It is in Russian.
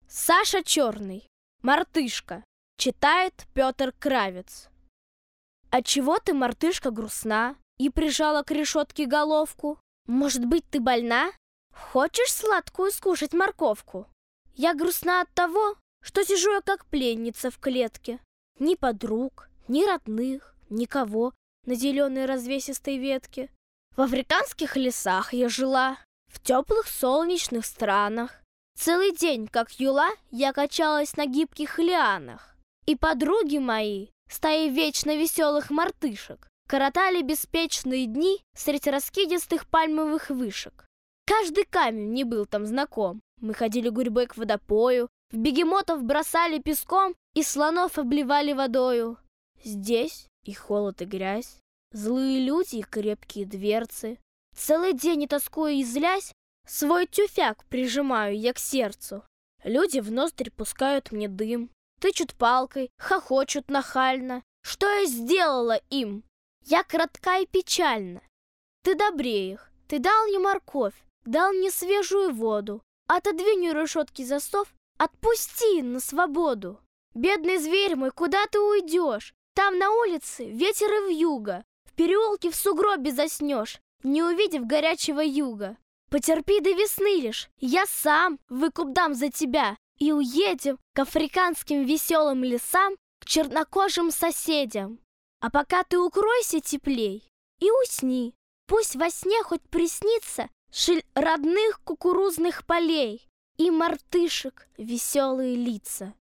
Саша Черный. Мартышка. Читает Петр Кравец. Отчего ты, мартышка, грустна и прижала к решетке головку? Может быть, ты больна? Хочешь сладкую скушать морковку? Я грустна от того, что сижу я как пленница в клетке. Ни подруг, ни родных, никого на зеленой развесистой ветке. В африканских лесах я жила, в теплых солнечных странах. Целый день, как юла, я качалась на гибких лианах. И подруги мои, стаи вечно веселых мартышек, коротали беспечные дни среди раскидистых пальмовых вышек. Каждый камень мне был там знаком. Мы ходили гурьбой к водопою, в бегемотов бросали песком и слонов обливали водою. Здесь и холод, и грязь, злые люди и крепкие дверцы. Целый день, не тоскуя и злясь, свой тюфяк прижимаю я к сердцу. Люди в ноздри пускают мне дым, тычут палкой, хохочут нахально. Что я сделала им? Я кратка и печальна. Ты добрее их, ты дал мне морковь, дал мне свежую воду. Отодвинь у решетки засов, отпусти на свободу. Бедный зверь мой, куда ты уйдешь? Там на улице ветер и вьюга. В переулке в сугробе заснешь, не увидев горячего юга. Потерпи до весны лишь, я сам выкуп дам за тебя. И уедем к африканским веселым лесам, к чернокожим соседям. А пока ты укройся теплей и усни. Пусть во сне хоть приснится шель родных кукурузных полей и мартышек веселые лица.